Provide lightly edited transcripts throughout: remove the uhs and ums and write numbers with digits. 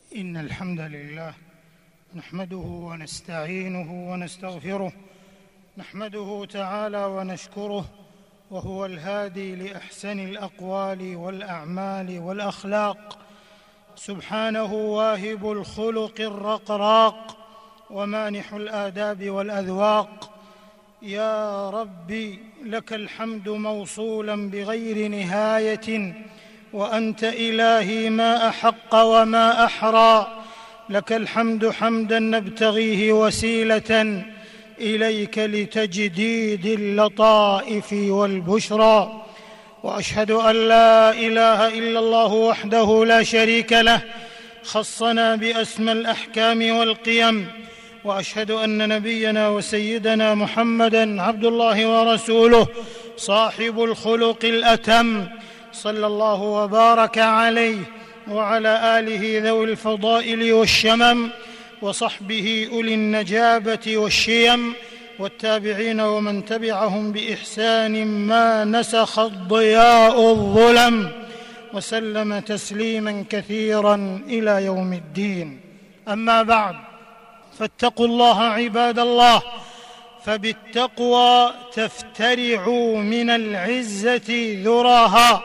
إن الحمد لله نحمده ونستعينه ونستغفره، نحمده تعالى ونشكره، وهو الهادي لأحسن الأقوال والأعمال والأخلاق، سبحانه واهب الخلق الرقراق ومانح الآداب والأذواق. يا ربي لك الحمد موصولا بغير نهاية، وأنت إلهي ما أحق وما أحرى. لك الحمد حمدا نبتغيه وسيلة إليك لتجديد اللطائف والبشرى، وأشهد أن لا إله إلا الله وحده لا شريك له، خصنا بأسمى الأحكام والقيم. وأشهد أن نبينا وسيدنا محمدًا عبد الله ورسوله، صاحب الخلق الأتم، صلى الله وبارك عليه وعلى آله ذوي الفضائل والشمم، وصحبه أولي النجابة والشيم، والتابعين ومن تبعهم بإحسان ما نسخ الضياء الظلم، وسلم تسليما كثيرا إلى يوم الدين. أما بعد، فاتقوا الله عباد الله، فبالتقوى تفترع من العزة ذراها،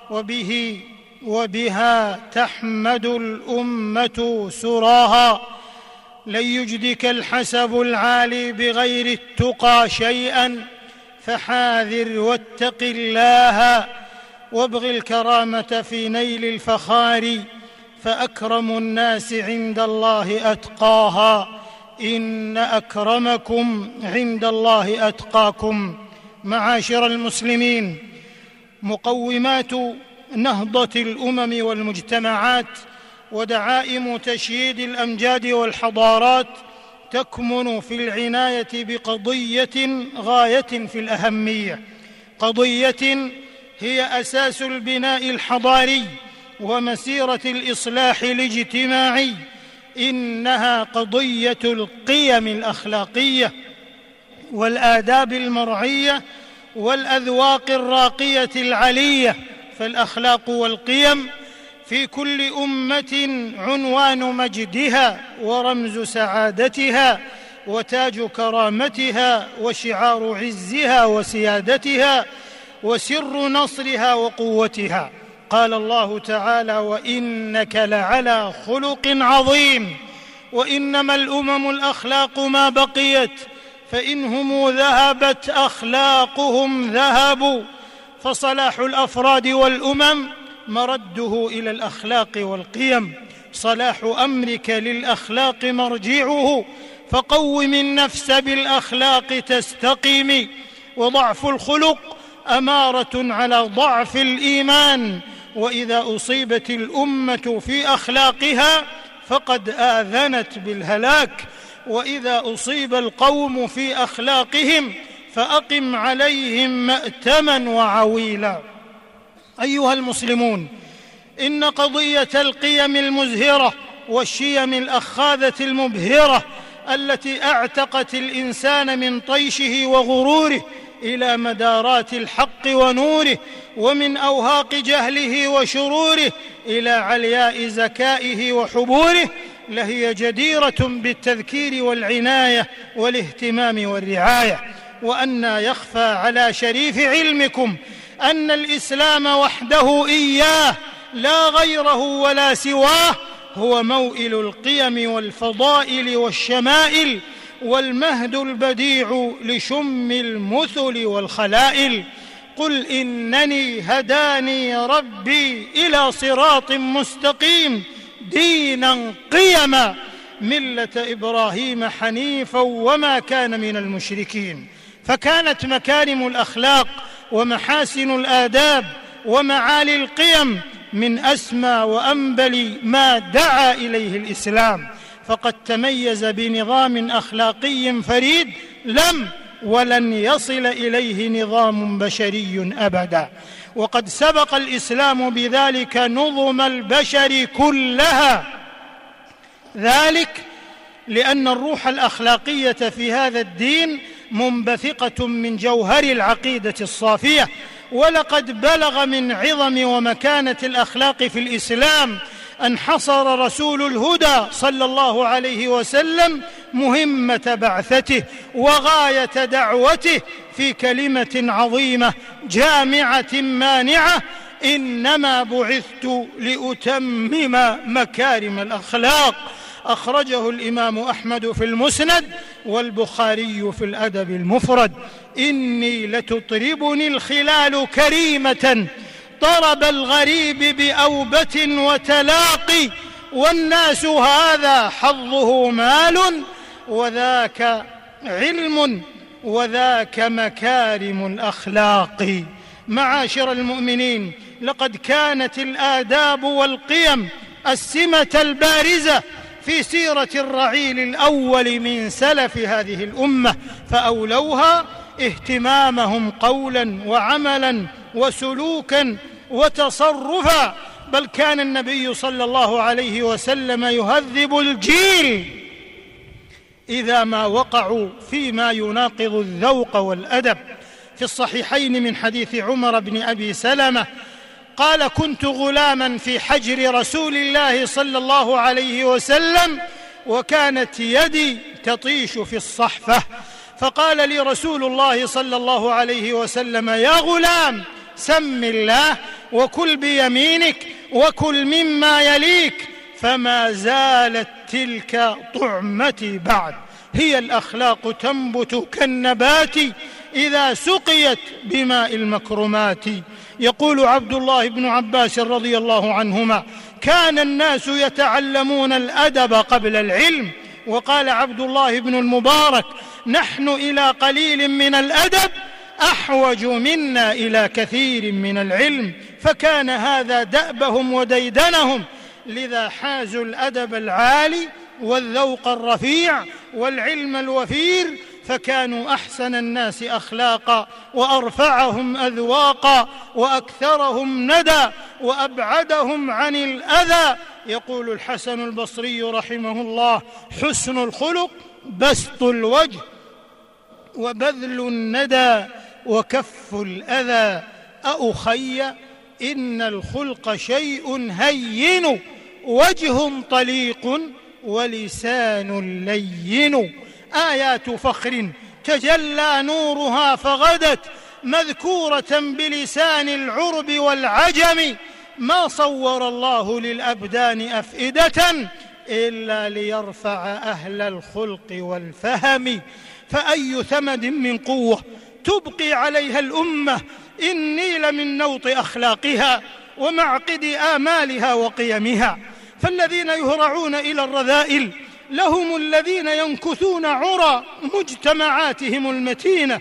وبها تحمد الأمة سراها. لن يجدك الحسب العالي بغير التقى شيئا، فحاذر واتق الله، وابغ الكرامة في نيل الفخار، فأكرم الناس عند الله أتقاها، إن أكرمكم عند الله أتقاكم. معاشر المسلمين، مقومات نهضة الأمم والمجتمعات ودعائم تشييد الأمجاد والحضارات تكمن في العناية بقضية غاية في الأهمية، قضية هي أساس البناء الحضاري ومسيرة الإصلاح الاجتماعي. إنها قضية القيم الأخلاقية والآداب المرعية والأذواق الراقية العلية. فالأخلاق والقيم في كل أمة عنوان مجدها ورمز سعادتها وتاج كرامتها وشعار عزها وسيادتها وسر نصرها وقوتها. قال الله تعالى: وإنك لعلى خلق عظيم. وإنما الأمم الأخلاق ما بقيت، فإنهم ذهبت أخلاقهم ذهبوا. فصلاح الأفراد والأمم مرده إلى الأخلاق والقيم. صلاح أمرك للأخلاق مرجعه، فقوم النفس بالأخلاق تستقيم. وضعف الخلق أمارة على ضعف الإيمان، وإذا أصيبت الأمة في أخلاقها فقد آذنت بالهلاك، وإذا أصيب القوم في أخلاقهم فأقم عليهم مأتما وعويلا. أيها المسلمون، إن قضية القيم المزهرة والشيم الأخاذة المبهرة التي أعتقت الإنسان من طيشه وغروره إلى مدارات الحق ونوره، ومن أوهاق جهله وشروره إلى علياء ذكائه وحبوره، لهي جديرة بالتذكير والعناية والاهتمام والرعاية. وأنى يخفى على شريف علمكم أن الإسلام وحده إياه لا غيره ولا سواه هو موئل القيم والفضائل والشمائل، والمهد البديع لشم المثل والخلائل. قل إنني هداني ربي إلى صراط مستقيم دينا قيما ملة إبراهيم حنيفا وما كان من المشركين. فكانت مكارم الأخلاق ومحاسن الآداب ومعالي القيم من أسمى وأنبل ما دعا إليه الإسلام، فقد تميز بنظام أخلاقي فريد لم ولن يصل إليه نظام بشري أبدا. وقد سبق الإسلام بذلك نظم البشر كلها، ذلك لأن الروح الأخلاقية في هذا الدين منبثقة من جوهر العقيدة الصافية. ولقد بلغ من عظم ومكانة الأخلاق في الإسلام أن حصر رسول الهدى صلى الله عليه وسلم مهمة بعثته وغاية دعوته في كلمة عظيمة جامعة مانعة: إنما بعثت لأتمم مكارم الأخلاق. أخرجه الإمام أحمد في المسند والبخاري في الأدب المفرد. إني لتطربني الخلال كريمة طرب الغريب بأوبة وتلاقي، والناس هذا حظه مال وذاك علم وذاك مكارم الأخلاق. معاشر المؤمنين، لقد كانت الآداب والقيم السمة البارزة في سيرة الرعيل الأول من سلف هذه الأمة، فأولوها اهتمامهم قولا وعملا وسلوكا وتصرفا. بل كان النبي صلى الله عليه وسلم يهذب الجيل إذا ما وقعوا فيما يناقض الذوق والأدب. في الصحيحين من حديث عمر بن أبي سلمة قال: كنت غلاما في حجر رسول الله صلى الله عليه وسلم وكانت يدي تطيش في الصحفة، فقال لي رسول الله صلى الله عليه وسلم: يا غلام، سم الله وكل بيمينك وكل مما يليك. فما زالت تلك طعمتي بعد. هي الأخلاق تنبت كالنبات إذا سقيت بماء المكرمات. يقول عبد الله بن عباس رضي الله عنهما: كان الناس يتعلمون الأدب قبل العلم. وقال عبد الله بن المبارك: نحن إلى قليل من الأدب أحوج منا إلى كثير من العلم. فكان هذا دأبهم وديدنهم، لذا حازوا الأدب العالي والذوق الرفيع والعلم الوفير، فكانوا أحسن الناس أخلاقا وأرفعهم أذواقا وأكثرهم ندى وأبعدهم عن الأذى. يقول الحسن البصري رحمه الله: حسن الخلق بسط الوجه وبذل الندى وكف الأذى. أخي إن الخلق شيء هين، وجه طليق ولسان لين. آيات فخر تجلى نورها فغدت مذكورة بلسان العرب والعجم. ما صور الله للأبدان أفئدة إلا ليرفع أهل الخلق والفهم. فأي ثمد من قوة تبقي عليها الأمة إن نيل من نوط أخلاقها ومعقد آمالها وقيمها. فالذين يهرعون إلى الرذائل لهم الذين ينكثون عرى مجتمعاتهم المتينة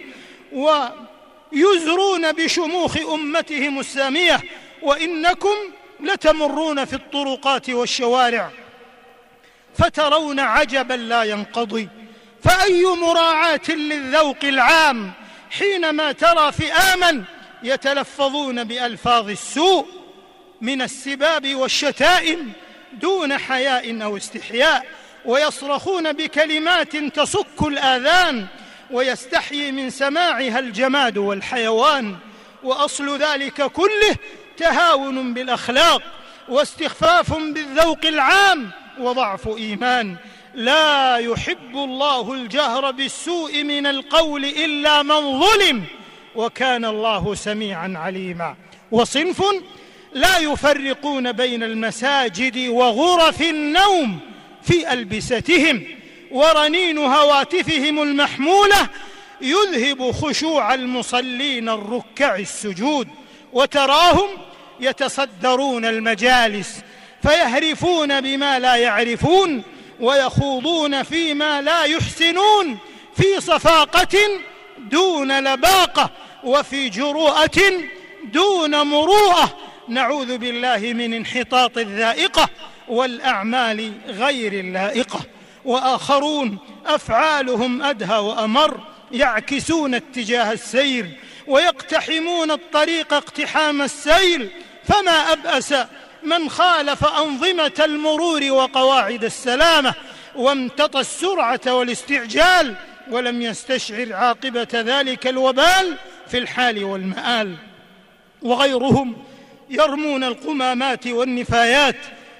ويزرون بشموخ أمتهم السامية. وإنكم لتمرون في الطرقات والشوارع فترون عجبا لا ينقضي. فأي مراعاة للذوق العام حينما ترى فئاما يتلفظون بألفاظ السوء من السباب والشتائم دون حياء أو استحياء، ويصرخون بكلمات تصك الآذان ويستحيي من سماعها الجماد والحيوان. وأصل ذلك كله تهاون بالأخلاق واستخفاف بالذوق العام وضعف إيمان. لا يحب الله الجهر بالسوء من القول إلا من ظلم، وكان الله سميعا عليما. وصنف لا يفرقون بين المساجد وغرف النوم في ألبستهم، ورنين هواتفهم المحمولة يذهب خشوع المصلين الركع السجود. وتراهم يتصدرون المجالس فيهرفون بما لا يعرفون ويخوضون فيما لا يحسنون، في صفاقة دون لباقة وفي جرؤة دون مروءة. نعوذ بالله من انحطاط الذائقة والأعمال غير اللائقة. وآخرون أفعالهم أدهى وأمر، يعكسون اتجاه السير ويقتحمون الطريق اقتحام السيل. فما أبأس من خالف أنظمة المرور وقواعد السلامة وامتطى السرعة والاستعجال ولم يستشعر عاقبة ذلك الوبال في الحال والمآل. وغيرهم يرمون القمامات والنفايات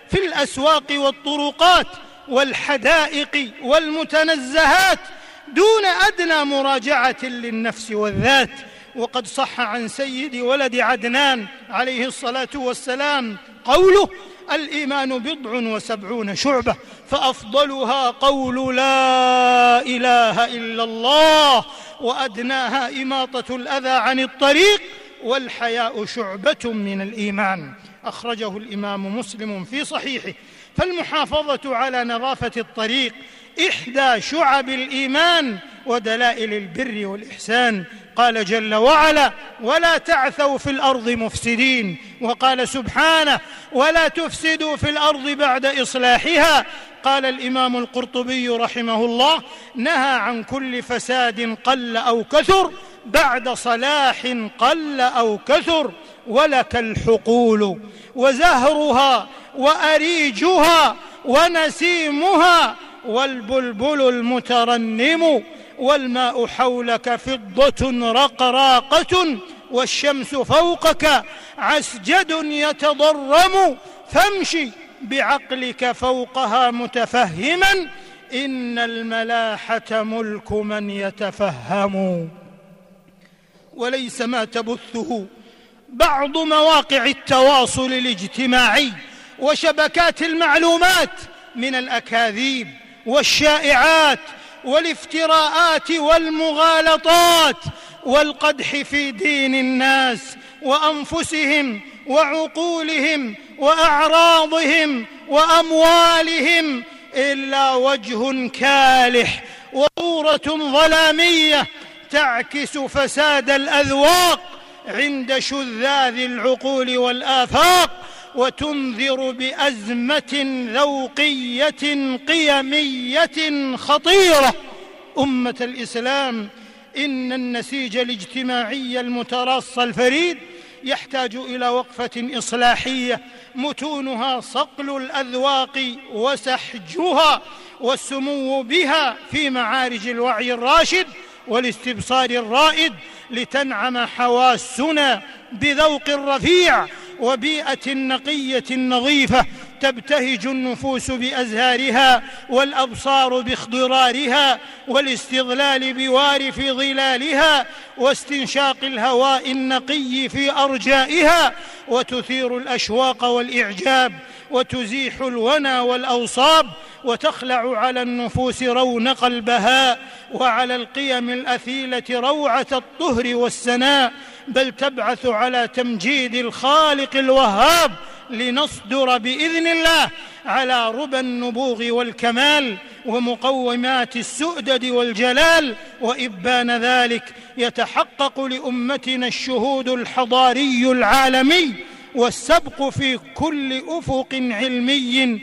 في الأسواق والطرقات والحدائق والمتنزهات دون أدنى مراجعة للنفس والذات. وقد صح عن سيد ولد عدنان عليه الصلاة والسلام قوله: الإيمان 77 شعبة فأفضلها قول لا إله إلا الله، وأدناها إماطة الأذى عن الطريق، والحياء شعبة من الإيمان. أخرجه الإمام مسلم في صحيحه. فالمحافظة على نظافة الطريق إحدى شعب الإيمان ودلائل البر والإحسان. قال جل وعلا: ولا تعثوا في الأرض مفسدين. وقال سبحانه: ولا تفسدوا في الأرض بعد إصلاحها. قال الإمام القرطبي رحمه الله: نهى عن كل فساد قل أو كثر بعد صلاح قل أو كثر. ولك الحقول وزهرها وأريجها ونسيمها والبلبل المترنم، والماء حولك فضة رقراقة، والشمس فوقك عسجد يتضرم، فامشي بعقلك فوقها متفهما، إن الملاحة ملك من يتفهم. وليس ما تبثه بعض مواقع التواصل الاجتماعي وشبكات المعلومات من الأكاذيب والشائعات والافتراءات والمغالطات والقدح في دين الناس وأنفسهم وعقولهم وأعراضهم وأموالهم، إلا وجه كالح وصورة ظلامية تعكس فساد الأذواق عند شذاذ العقول والآفاق، وتنذر بأزمة ذوقية قيمية خطيرة. أمة الإسلام، إن النسيج الاجتماعي المتراص الفريد يحتاج إلى وقفة إصلاحية متونها صقل الأذواق وسحجها والسمو بها في معارج الوعي الراشد والاستبصار الرائد، لتنعم حواسنا بذوق رفيع وبيئة نقية نظيفة تبتهج النفوس بأزهارها والأبصار باخضرارها، والاستظلال بوارف ظلالها، واستنشاق الهواء النقي في أرجائها، وتثير الأشواق والإعجاب، وتزيح الونى والأوصاب، وتخلع على النفوس رونق البهاء، وعلى القيم الأثيلة روعة الطهر والسناء، بل تبعث على تمجيد الخالق الوهاب، لنصدر بإذن الله على ربى النبوغ والكمال ومقومات السؤدد والجلال. وإبان ذلك يتحقق لأمتنا الشهود الحضاري العالمي والسبق في كل أفق علمي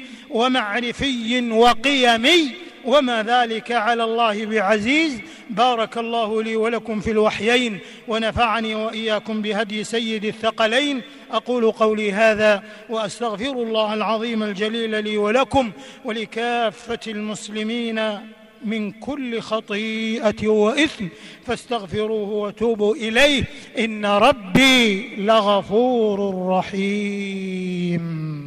ومعرفي وقيمي، وما ذلك على الله بعزيز. بارك الله لي ولكم في الوحيين، ونفعني وإياكم بهدي سيد الثقلين. أقول قولي هذا وأستغفر الله العظيم الجليل لي ولكم ولكافة المسلمين من كل خطيئة وإثم، فاستغفروه وتوبوا إليه، إن ربي لغفور رحيم.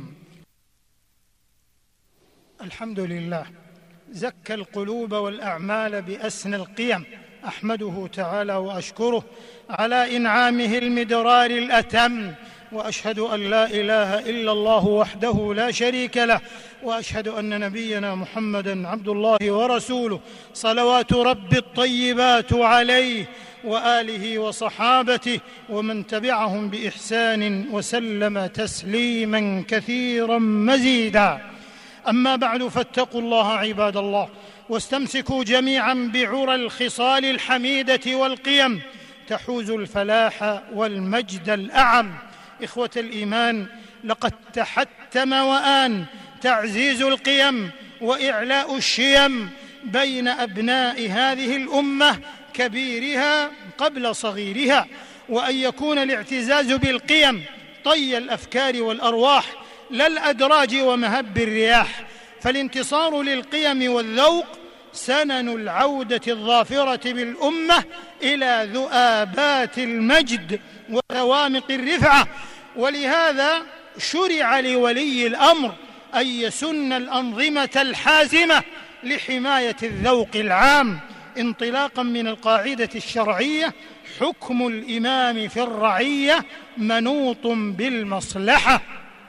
الحمد لله زكى القلوب والأعمال بأسنى القيم، أحمده تعالى وأشكره على إنعامه المدرار الأتم، وأشهد أن لا إله إلا الله وحده لا شريك له، وأشهد أن نبينا محمدًا عبد الله ورسوله، صلوات رب الطيبات عليه وآله وصحابته ومن تبعهم بإحسان وسلم تسليمًا كثيرًا مزيدًا. أما بعد، فاتقوا الله عباد الله، واستمسكوا جميعا بعرى الخصال الحميدة والقيم تحوز الفلاح والمجد الأعم. إخوة الإيمان، لقد تحتم وآن تعزيز القيم وإعلاء الشيم بين أبناء هذه الأمة، كبيرها قبل صغيرها، وأن يكون الاعتزاز بالقيم طي الأفكار والأرواح لا الأدراج ومهب الرياح. فالانتصار للقيم والذوق سنن العودة الظافرة بالأمة إلى ذؤابات المجد وثوامق الرفعة. ولهذا شرع لولي الأمر أن يسن الأنظمة الحازمة لحماية الذوق العام انطلاقا من القاعدة الشرعية: حكم الإمام في الرعية منوط بالمصلحة.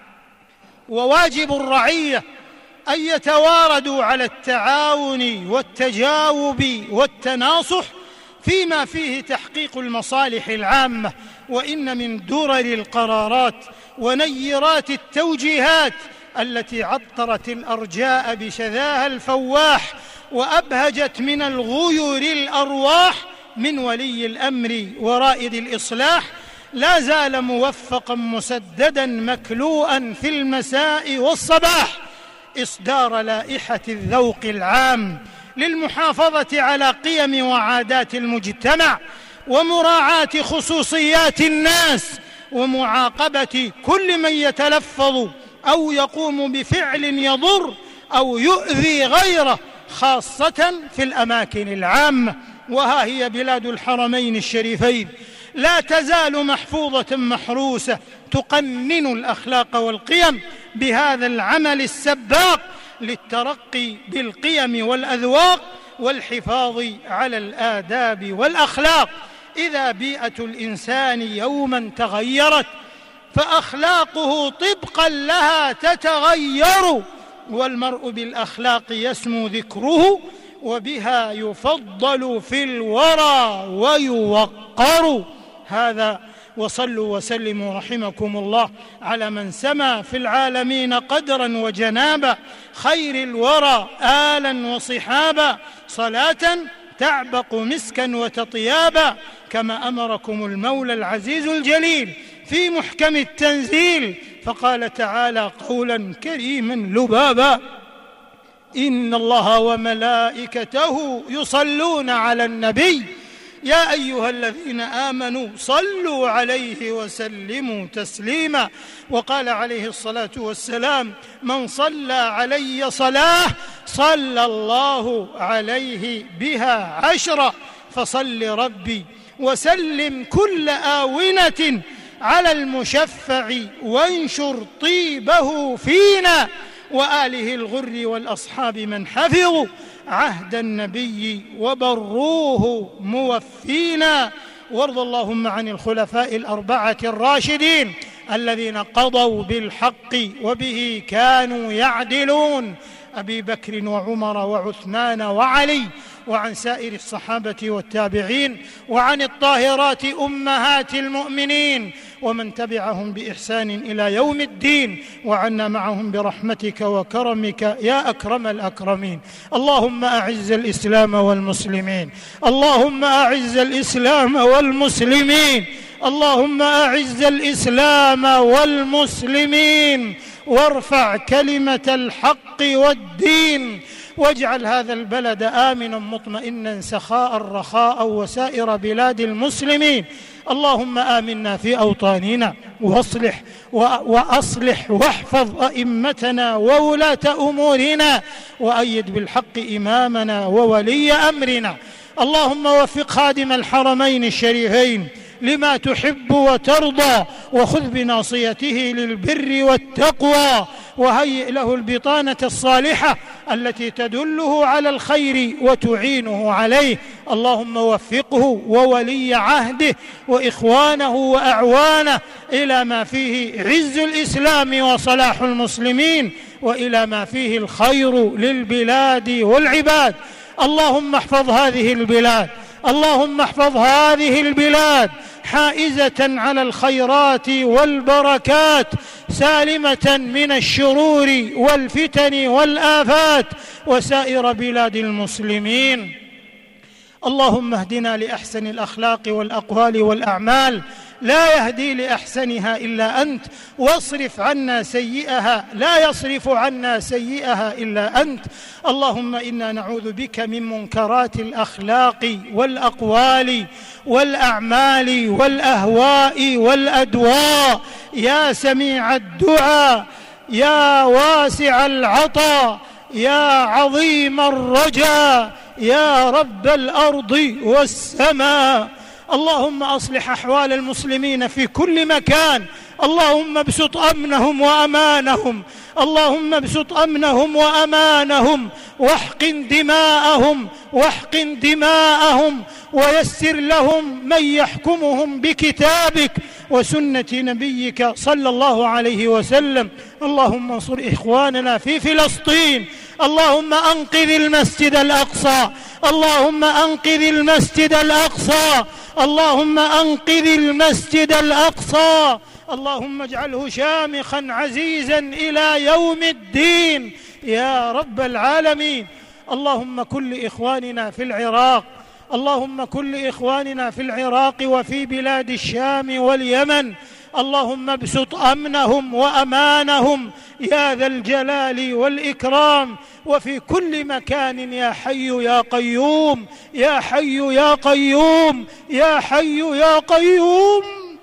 وواجب الرعية أن يتواردوا على التعاون والتجاوب والتناصح فيما فيه تحقيق المصالح العامة. وإن من درر القرارات ونيرات التوجيهات التي عطرت الأرجاء بشذاها الفواح وأبهجت من الغيور الأرواح من ولي الأمر ورائد الإصلاح، لا زال موفقا مسددا مكلوءا في المساء والصباح إصدار لائحة الذوق العام للمحافظة على قيم وعادات المجتمع ومراعاة خصوصيات الناس ومعاقبة كل من يتلفظ أو يقوم بفعل يضر أو يؤذي غيره، خاصة في الأماكن العامة. وها هي بلاد الحرمين الشريفين لا تزال محفوظة محروسة تقنن الأخلاق والقيم بهذا العمل السباق للترقي بالقيم والأذواق والحفاظ على الآداب والأخلاق. إذا بيئة الإنسان يوما تغيرت فأخلاقه طبقا لها تتغير، والمرء بالأخلاق يسمو ذكره وبها يفضل في الورى ويوقر. هذا وصلوا وسلموا رحمكم الله على من سما في العالمين قدرا وجنابا، خير الورى آلا وصحابا، صلاة تعبق مسكا وتطيابا، كما أمركم المولى العزيز الجليل في محكم التنزيل، فقال تعالى قولا كريما لبابا: إن الله وملائكته يصلون على النبي يا أيها الذين آمنوا صلوا عليه وسلموا تسليما. وقال عليه الصلاة والسلام: من صلى علي صلاة صلى الله عليه بها 10. فصل ربي وسلم كل آونة على المشفع وانشر طيبه فينا وآله الغر والأصحاب من حفظوا عهد النبي وبروه موفينا. وارض اللهم عن الخلفاء الأربعة الراشدين الذين قضوا بالحق وبه كانوا يعدلون: أبي بكر وعمر وعثمان وعلي، وعن سائر الصحابة والتابعين، وعن الطاهرات أمهات المؤمنين ومن تبعهم بإحسان إلى يوم الدين، وعنا معهم برحمتك وكرمك يا أكرم الأكرمين. اللهم أعز الإسلام والمسلمين، اللهم أعز الإسلام والمسلمين، اللهم أعز الإسلام والمسلمين، وارفع كلمة الحق والدين، واجعل هذا البلد آمنا مطمئنا سخاء رخاء وسائر بلاد المسلمين. اللهم آمنا في أوطاننا وأصلح واحفظ أئمتنا وولاة أمورنا، وأيد بالحق إمامنا وولي أمرنا. اللهم وفق خادم الحرمين الشريفين لما تحب وترضى، وخذ بناصيته للبر والتقوى، وهيئ له البطانة الصالحة التي تدله على الخير وتعينه عليه. اللهم وفقه وولي عهده وإخوانه وأعوانه إلى ما فيه عز الإسلام وصلاح المسلمين، وإلى ما فيه الخير للبلاد والعباد. اللهم احفظ هذه البلاد، اللهم احفظ هذه البلاد حائزة على الخيرات والبركات، سالمة من الشرور والفتن والآفات، وسائر بلاد المسلمين. اللهم اهدنا لأحسن الأخلاق والأقوال والأعمال، لا يهدي لأحسنها إلا أنت، واصرف عنا سيئها لا يصرف عنا سيئها إلا أنت. اللهم إنا نعوذ بك من منكرات الأخلاق والأقوال والأعمال والأهواء والأدواء، يا سميع الدعاء، يا واسع العطاء، يا عظيم الرجاء، يا رب الأرض والسماء. اللهم أصلح أحوال المسلمين في كل مكان، اللهم ابسط أمنهم وأمانهم، اللهم ابسط أمنهم وأمانهم، واحقن دماءهم ويسر لهم من يحكمهم بكتابك وسنة نبيك صلى الله عليه وسلم. اللهم انصر إخواننا في فلسطين، اللهم أنقذ المسجد الأقصى، اللهم أنقذ المسجد الأقصى، اللهم أنقذ المسجد الأقصى، اللهم اجعله شامخا عزيزا إلى يوم الدين يا رب العالمين. اللهم كن لإخواننا في العراق، اللهم كن لإخواننا في العراق وفي بلاد الشام واليمن، اللهم ابسط أمنهم وأمانهم يا ذا الجلال والإكرام، وفي كل مكان يا حي يا قيوم، يا حي يا قيوم، يا حي يا قيوم.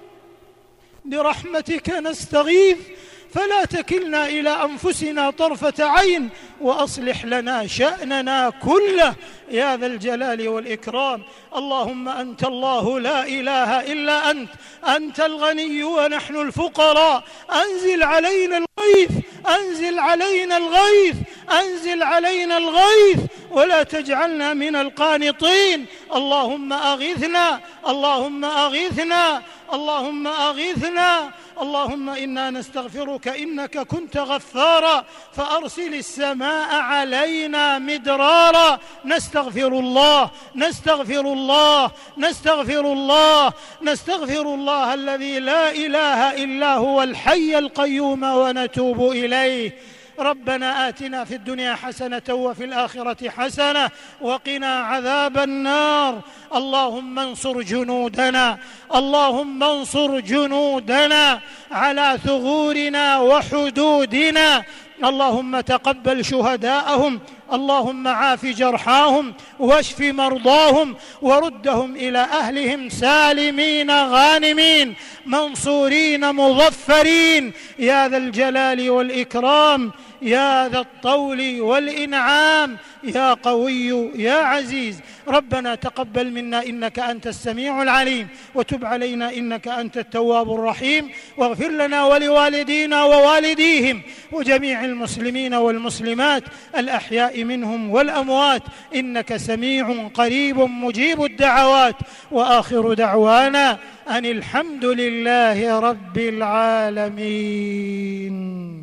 برحمتك نستغيث فلا تكلنا إلى أنفسنا طرفة عين، وأصلح لنا شأننا كله يا ذا الجلال والإكرام. اللهم أنت الله لا إله إلا أنت، أنت الغني ونحن الفقراء، أنزل علينا الغيث، أنزل علينا الغيث، أنزل علينا الغيث، ولا تجعلنا من القانطين. اللهم أغثنا، اللهم أغثنا، اللهم أغثنا. اللهم إنا نستغفرك إنك كنت غفارا فأرسل السماء علينا مدرارا. نستغفر الله، نستغفر الله، نستغفر الله، نستغفر الله الذي لا إله إلا هو الحي القيوم ونتوب إليه. ربنا آتنا في الدنيا حسنة وفي الآخرة حسنة وقنا عذاب النار. اللهم انصر جنودنا، اللهم انصر جنودنا على ثغورنا وحدودنا. اللهم تقبل شهداءهم، اللهم عاف جرحاهم واشف مرضاهم وردهم إلى أهلهم سالمين غانمين منصورين مظفرين يا ذا الجلال والإكرام، يا ذا الطول والإنعام، يا قوي يا عزيز. ربنا تقبل منا إنك أنت السميع العليم، وتب علينا إنك أنت التواب الرحيم، واغفر لنا ولوالدينا ووالديهم وجميع المسلمين والمسلمات الأحياء منهم والأموات، إنك سميع قريب مجيب الدعوات. وآخر دعوانا أن الحمد لله رب العالمين.